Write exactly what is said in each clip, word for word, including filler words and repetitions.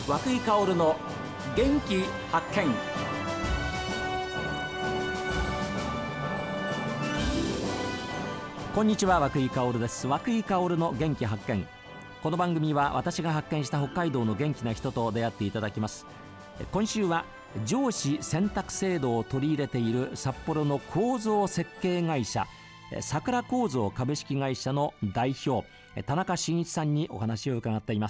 和久井薫の元気発見。こんにちは、和久井薫です。和久井薫の元気発見。この番組は私が発見した北海道の元気な人と出会っていただきます。今週は上司選択制度を取り入れている札幌の構造設計会社桜構造株式会社の代表田中真一さんにお話を伺っています。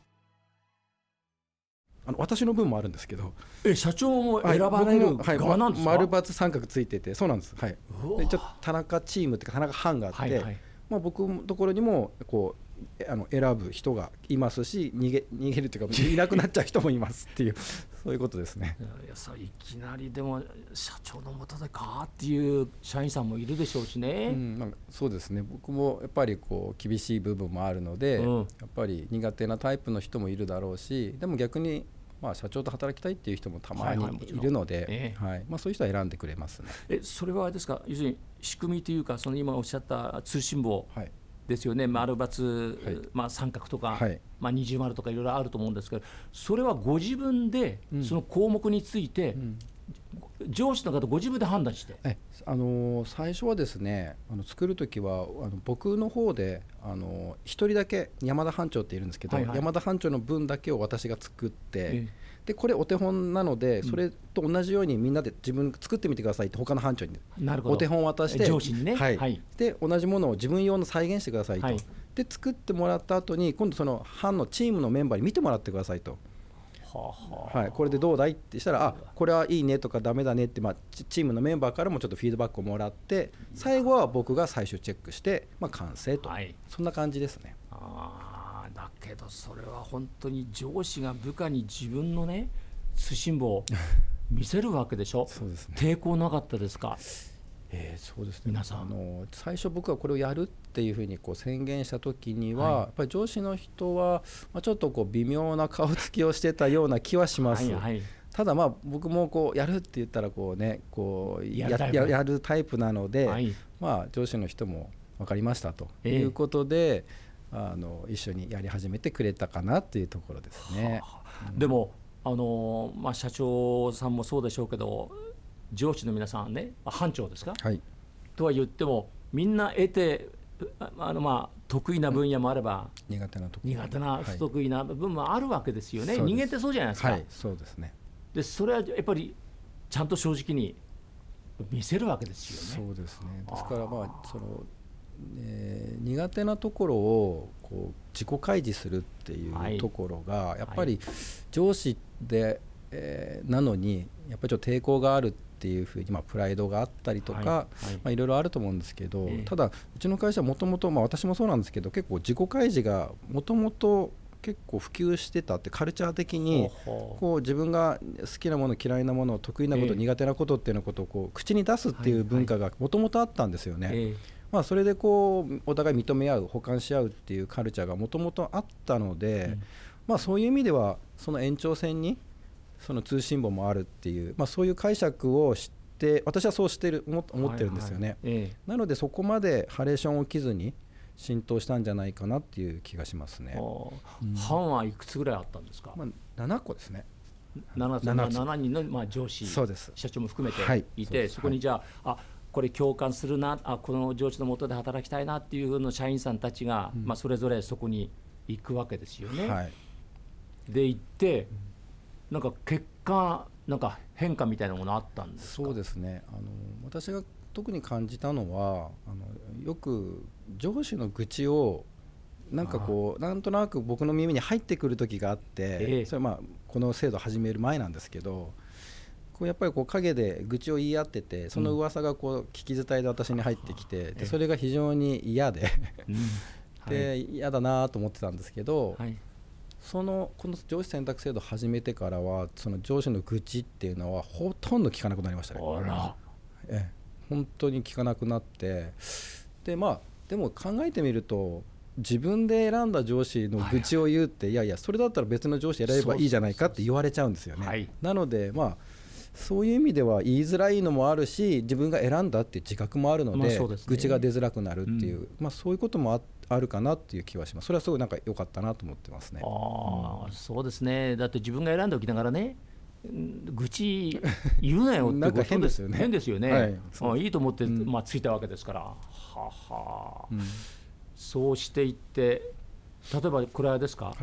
あの私の分もあるんですけど、 え社長も選ばれる側なんですか？ はい、丸×三角ついてて、そうなんです。はい。でちょっと田中チームっていうか田中班があって、はいはい、まあ、僕のところにもこうあの選ぶ人がいますし、逃げ逃げるというかいなくなっちゃう人もいますっていうそういうことですね。 いやさいきなりでも社長の下でかっていう社員さんもいるでしょうしね。 うん、まあ、そうですね。僕もやっぱりこう厳しい部分もあるので、うん、やっぱり苦手なタイプの人もいるだろうし、でも逆にまあ、社長と働きたいっていう人もたまにいるので、はいはい、えーはい、まあ、そういう人は選んでくれますね。 えそれはあれですか、要するに仕組みというか、その今おっしゃった通信簿ですよね、はい、丸×、はい、まあ、三角とか、はい、まあ、二重丸とかいろいろあると思うんですけど、それはご自分でその項目について、うんうん、上司の方ご自分で判断して。 えあの最初はですね、あの作るときはあの僕の方であのひとりだけ山田班長っているんですけど、はいはい、山田班長の分だけを私が作って、えでこれお手本なので、それと同じようにみんなで自分作ってみてくださいって他の班長にお手本を渡して、 上司にね、 はいはい、で同じものを自分用の再現してくださいと、はい、で作ってもらった後に今度その班のチームのメンバーに見てもらってくださいと。はあはい、これでどうだいってしたら、あこれはいいねとかダメだねって、まあ、チームのメンバーからもちょっとフィードバックをもらって、最後は僕が最終チェックして、まあ、完成と、はい、そんな感じですね。 あだけどそれは本当に上司が部下に自分のね通信簿を見せるわけでしょそうですね。抵抗なかったですか？ えー、そうですね。 皆さんあの最初僕がこれをやるっていうふうにこう宣言した時には、はい、やっぱり上司の人は、まあ、ちょっとこう微妙な顔つきをしてたような気はします。はいはい、ただまあ僕もこうやるって言ったらこうねこう や, や, やるタイプなので、はい、まあ上司の人も分かりましたということで、えー、あの一緒にやり始めてくれたかなっていうところですね。はあうん、でもあの、まあ、社長さんもそうでしょうけど、上司の皆さんね、班長ですか、はい、とは言ってもみんな得てあのまあ得意な分野もあれば、 うん、苦手なとこ苦手な不得意な部分もあるわけですよね。はい、人間ってそうじゃないですか。 はい、そうですね。 でそれはやっぱりちゃんと正直に見せるわけですよね。 そうですね。ですからまあその、えー、苦手なところをこう自己開示するっていうところが、はい、やっぱり上司で、えー、なのにやっぱりちょっと抵抗があるっていうふうに、まあ、プライドがあったりとか、はいはい、まあ、いろいろあると思うんですけど、えー、ただうちの会社はもともと、まあ、私もそうなんですけど、結構自己開示がもともと結構普及してたって、カルチャー的にこう自分が好きなもの嫌いなもの得意なこと、えー、苦手なことっていうのことをこう口に出すっていう文化がもともとあったんですよね。はいはい、まあ、それでこうお互い認め合う補完し合うっていうカルチャーがもともとあったので、うん、まあ、そういう意味ではその延長線にその通信簿もあるっていう、まあ、そういう解釈をして私はそうしてる思ってるんですよね。はいはい、ええ、なのでそこまでハレーションを起きずに浸透したんじゃないかなっていう気がしますね。 うん、班はいくつぐらいあったんですか？ まあ、ななこですね。 なな, ななにんのまあ上司、そうです、社長も含めていて、はい、そ, そこにじゃあ、はい、あこれ共感するな、あこの上司の下で働きたいなっていうの社員さんたちが、うん、まあ、それぞれそこに行くわけですよね。はい、で行って、うん、なんか結果なんか変化みたいなものあったんですか？ そうですね。あの私が特に感じたのは、あのよく上司の愚痴をなんかこうなんとなく僕の耳に入ってくる時があって、えー、それはまあこの制度始める前なんですけど、こうやっぱりこう陰で愚痴を言い合ってて、その噂がこう聞き伝えで私に入ってきて、でそれが非常に嫌でで嫌だなと思ってたんですけど、はい、そのこの上司選択制度始めてからはその上司の愚痴っていうのはほとんど聞かなくなりましたね。あら、え本当に聞かなくなって、でまあでも考えてみると自分で選んだ上司の愚痴を言うって、はいはい、いやいやそれだったら別の上司選べばいいじゃないかって言われちゃうんですよね。はい、なのでまあそういう意味では言いづらいのもあるし、自分が選んだっていう自覚もあるの で,、まあそうですね、愚痴が出づらくなるっていう、うん、まあ、そういうことも あ, あるかなっていう気はします。それはすごいなんか良かったなと思ってますね。 あ、うん、そうですね。だって自分が選んでおきながらね、愚痴言うなよってことです変ですよね。変ですよね、はい、いいと思って、うん、まあ、ついたわけですから、はは、うん、そうしていって、例えばこれはですか、はい、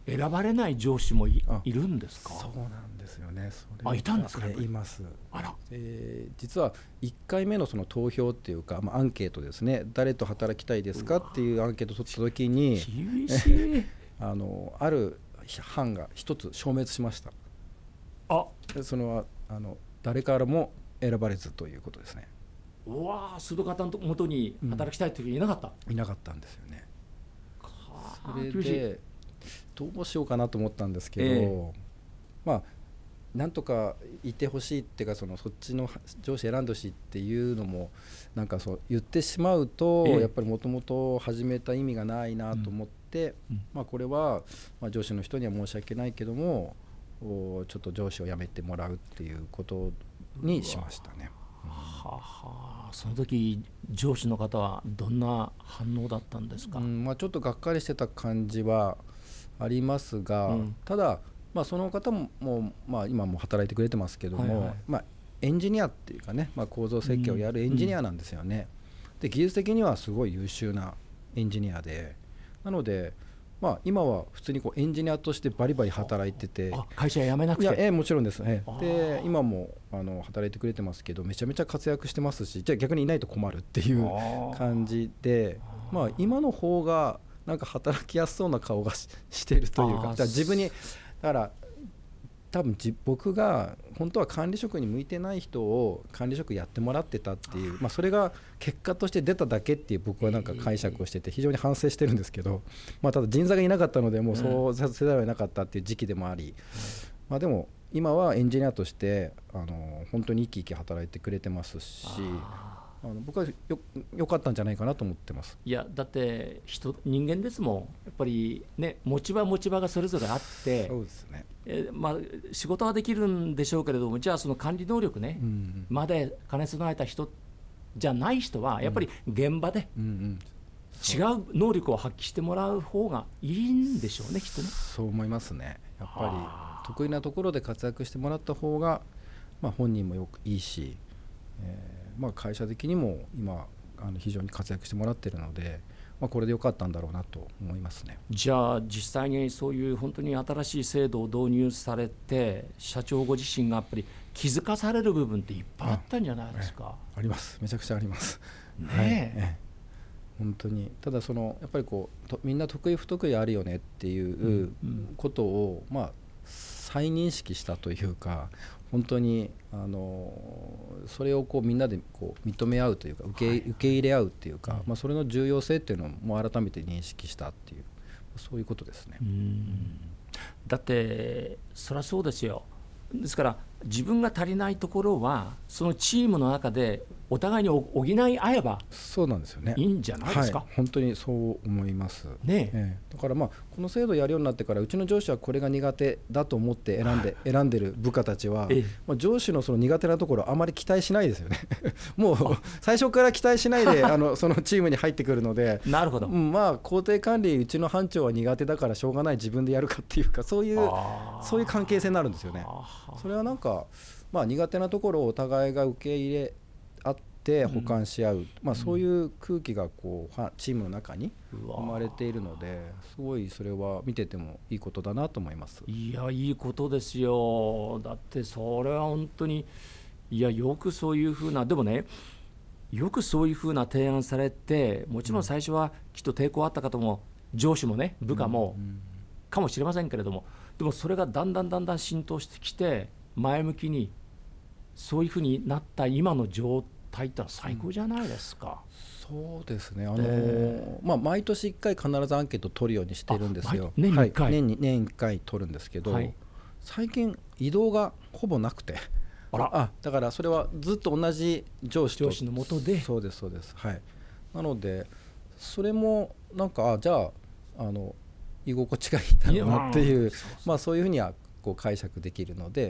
選ばれない上司も い, いるんですか。 そうなんですよね。それあ、いたんですか。 います。 あら、 えー、実はいっかいめのその投票っていうか、まあ、アンケートですね、誰と働きたいですかっていうアンケートを取った時に、 厳しいあのある班が一つ消滅しました。 あ、 そのあの誰からも選ばれずということですね。 うわー、その方のもとに働きたいという人いなかった、 うん、いなかったんですよね。それでどうしようかなと思ったんですけど、えー、まあなんとかいてほしいっていうか、そのそっちの上司選んでほしいっていうのもなんかそう言ってしまうと、えー、やっぱりもともと始めた意味がないなと思って、うん、まあ、これは、まあ、上司の人には申し訳ないけども、ちょっと上司を辞めてもらうっていうことにしましたね。うん、 はは、その時上司の方はどんな反応だったんですか。 うん、まあ、ちょっとがっかりしてた感じはありますが、うん、ただ、まあ、その方も、もう、まあ、今も働いてくれてますけども、はいはい、まあ、エンジニアっていうかね、まあ、構造設計をやるエンジニアなんですよね。うんうん、で技術的にはすごい優秀なエンジニアで、なのでまあ、今は普通にこうエンジニアとしてバリバリ働いてて、 あ、会社辞めなくて。 いや、えー、もちろんです、えー、で今もあの働いてくれてますけど、めちゃめちゃ活躍してますし、じゃあ逆にいないと困るっていう感じで、まあ、今の方がなんか働きやすそうな顔が し, してるというか、じゃあ自分にだから多分僕が本当は管理職に向いてない人を管理職やってもらってたっていう、まあ、それが結果として出ただけっていう僕はなんか解釈をしてて非常に反省してるんですけど、まあ、ただ人材がいなかったのでもうそうせざるを得なかったっていう時期でもあり、まあ、でも今はエンジニアとしてあの本当に生き生き働いてくれてますし、あの僕はよ良かったんじゃないかなと思ってます。 いや、だって人人間ですもん、やっぱりね、持ち場持ち場がそれぞれあって、 そうですね、 えーまあ、仕事はできるんでしょうけれども、じゃあその管理能力ね、うんうん、まで兼ね備えた人じゃない人はやっぱり現場で違う能力を発揮してもらう方がいいんでしょうね、きっとね。 そう思いますね。やっぱり得意なところで活躍してもらった方が、まあ、本人もよくいいし、えーまあ、会社的にも今あの非常に活躍してもらっているので、まあ、これで良かったんだろうなと思いますね。 じゃあ実際にそういう本当に新しい制度を導入されて、社長ご自身がやっぱり気づかされる部分っていっぱいあったんじゃないですか。 あ, あります、めちゃくちゃありますねえ、はい、 ええ本当に。ただそのやっぱりこうとみんな得意不得意あるよねっていうことを、まあ、再認識したというか、本当にあのそれをこうみんなでこう認め合うというか受け、はい、受け入れ合うっていうか、まあ、それの重要性っていうのをもう改めて認識したっていう、そういうことですね。 うん、だってそりゃそうですよ。ですから自分が足りないところはそのチームの中でお互いに補い合えばそうなんですよね。 いいんじゃないですか。 はい、本当にそう思います、 ねえええ、だからまあこの制度をやるようになってから、うちの上司はこれが苦手だと思って選んで、選んでる部下たちは、ええ、まあ、上司のその苦手なところあまり期待しないですよねもう最初から期待しないであのそのチームに入ってくるのでなるほど、 うん、まあ工程管理うちの班長は苦手だからしょうがない、自分でやるかっていうか、そういうそういう関係性になるんですよね。それはなんか、まあ、苦手なところをお互いが受け入れ合って補完し合う、うん、まあ、そういう空気がこうチームの中に生まれているので、すごいそれは見ててもいいことだなと思います。 いや、いいことですよ。だってそれは本当に、いや、よくそういうふうな、でもね、よくそういうふうな提案されて、もちろん最初はきっと抵抗あった方も、上司もね、部下もかもしれませんけれども、でもそれがだんだんだんだん浸透してきて、前向きにそういうふうになった今の状態ってのは最高じゃないですか。 うん、そうですね、あのーまあ、毎年いっかい必ずアンケートを取るようにしてるんですよ。 年にいっかい、 はい、年に年いっかい取るんですけど、はい、最近移動がほぼなくて、あら、あ、だからそれはずっと同じ上司と上司の下で。 そうですそうです、はい、なのでそれもなんか、あ、じゃあ、あの居心地がいいんだろうなっていう、まあ、そういうふうにはこう解釈できるので、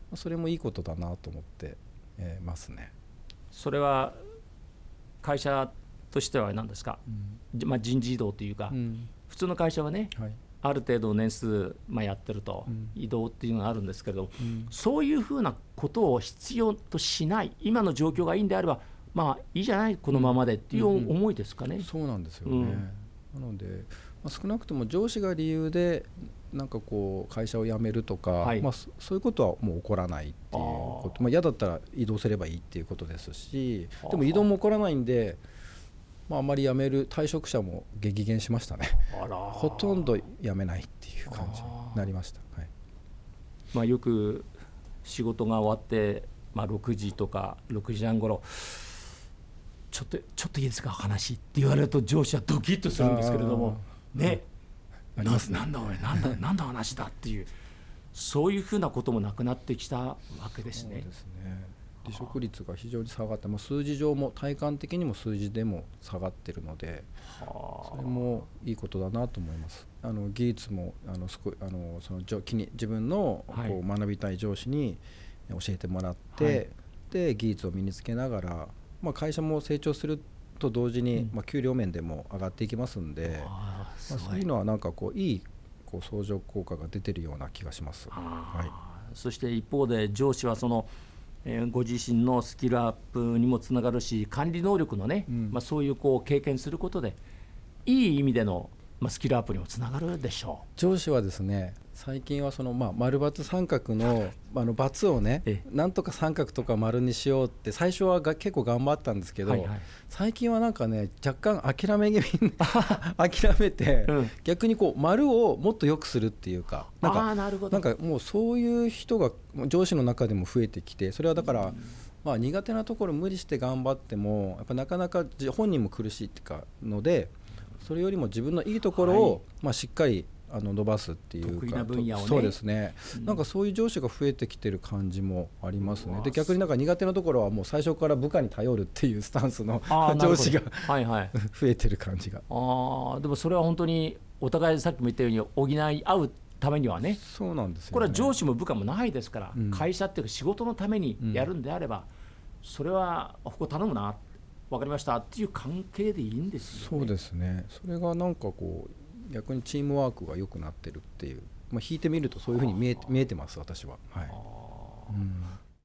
それもいいことだなと思ってますね。 それは会社としては何ですか、うん、まあ、人事異動というか、うん、普通の会社はね、はい、ある程度年数、まあ、やってると、うん、移動っていうのがあるんですけど、うん、そういうふうなことを必要としない、今の状況がいいんであれば、まあいいじゃないこのままでっていう思いですかね。 うんうん、そうなんですよね、うん、なので、まあ、少なくとも上司が理由でなんかこう会社を辞めるとか、はい、まあ、そういうことはもう起こらないっていうこと、まあ、嫌だったら移動すればいいっていうことですし、でも移動も起こらないんで、まあ、あまり辞める退職者も激減しましたね。あら、ほとんど辞めないっていう感じになりました。はい、 まあ、よく仕事が終わって、まあ、ろくじとかろくじはんごろちょっとちょっといいですか話って言われると上司はドキッとするんですけれどもね、うん、な, なんだおいなんだなんだ話だっていうそういうふうなこともなくなってきたわけですね。 そうですね、離職率が非常に下がって、もう数字上も体感的にも数字でも下がってるので、それもいいことだなと思います。あの技術もあのすごいあのその自分のこう学びたい上司に教えてもらって、はい、で技術を身につけながら、まあ、会社も成長すると同時に、うん、まあ、給料面でも上がっていきますんで、あ、まあ、そういうのはなんかこういいこう相乗効果が出てるような気がします。はい、 そして一方で上司はそのえー、ご自身のスキルアップにもつながるし、管理能力のね、うん、まあ、そういうこう経験することでいい意味での、まあ、スキルアップにもつながるでしょう。 上司はですね、最近はその、まあ、丸×三角 の, あの×をね、なんとか三角とか丸にしようって最初はが結構頑張ったんですけど、はいはい、最近はなんかね若干諦め気味に諦めて、うん、逆にこう丸をもっと良くするっていうか、なんか、 あ、なるほど。 なんかもうそういう人が上司の中でも増えてきて、それはだから、うん、まあ、苦手なところ無理して頑張ってもやっぱなかなか本人も苦しいっていうかので、それよりも自分のいいところを、はい、まあ、しっかりあの伸ばすっていうか、 得意な分野をね、 そうですね、うん、なんかそういう上司が増えてきてる感じもありますね。で逆になんか苦手なところはもう最初から部下に頼るっていうスタンスの上司が、はいはい、増えてる感じが。 あ、でもそれは本当にお互いさっきも言ったように補い合うためにはね、 そうなんですよね、 これは上司も部下もないですから、うん、会社っていうか仕事のためにやるんであれば、うん、それはここ頼むな、分かりましたっていう関係でいいんですよね。 そうですね、それがなんかこう逆にチームワークが良くなってるっていう、まあ、引いてみるとそういうふうに見え、見えてます私は。はい、うん、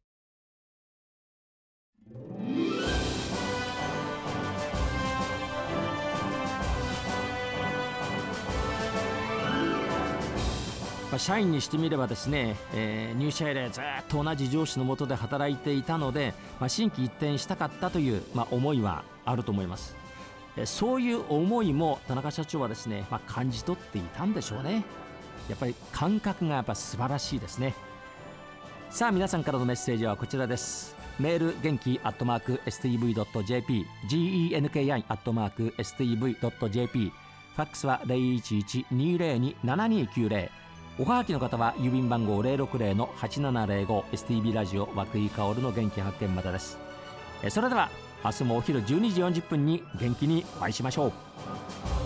まあ、社員にしてみればですね、えー、入社以来ずっと同じ上司の下で働いていたので、まあ、心機一転したかったという、まあ、思いはあると思います。そういう思いも田中社長はですね、まあ、感じ取っていたんでしょうね。やっぱり感覚がやっぱ素晴らしいですね。さあ皆さんからのメッセージはこちらです。メール元気アットマーク エスティーブイドットジェーピー genki アットマーク エスティーブイドットジェーピー ファックスは ゼロいちいち にゼロに ななにきゅうゼロ、おはがきの方は郵便番号 ゼロろくゼロ のはちななゼロご エスティービー ラジオ和久井薫の元気発見までです。それでは明日もお昼じゅうにじよんじゅっぷんに元気にお会いしましょう。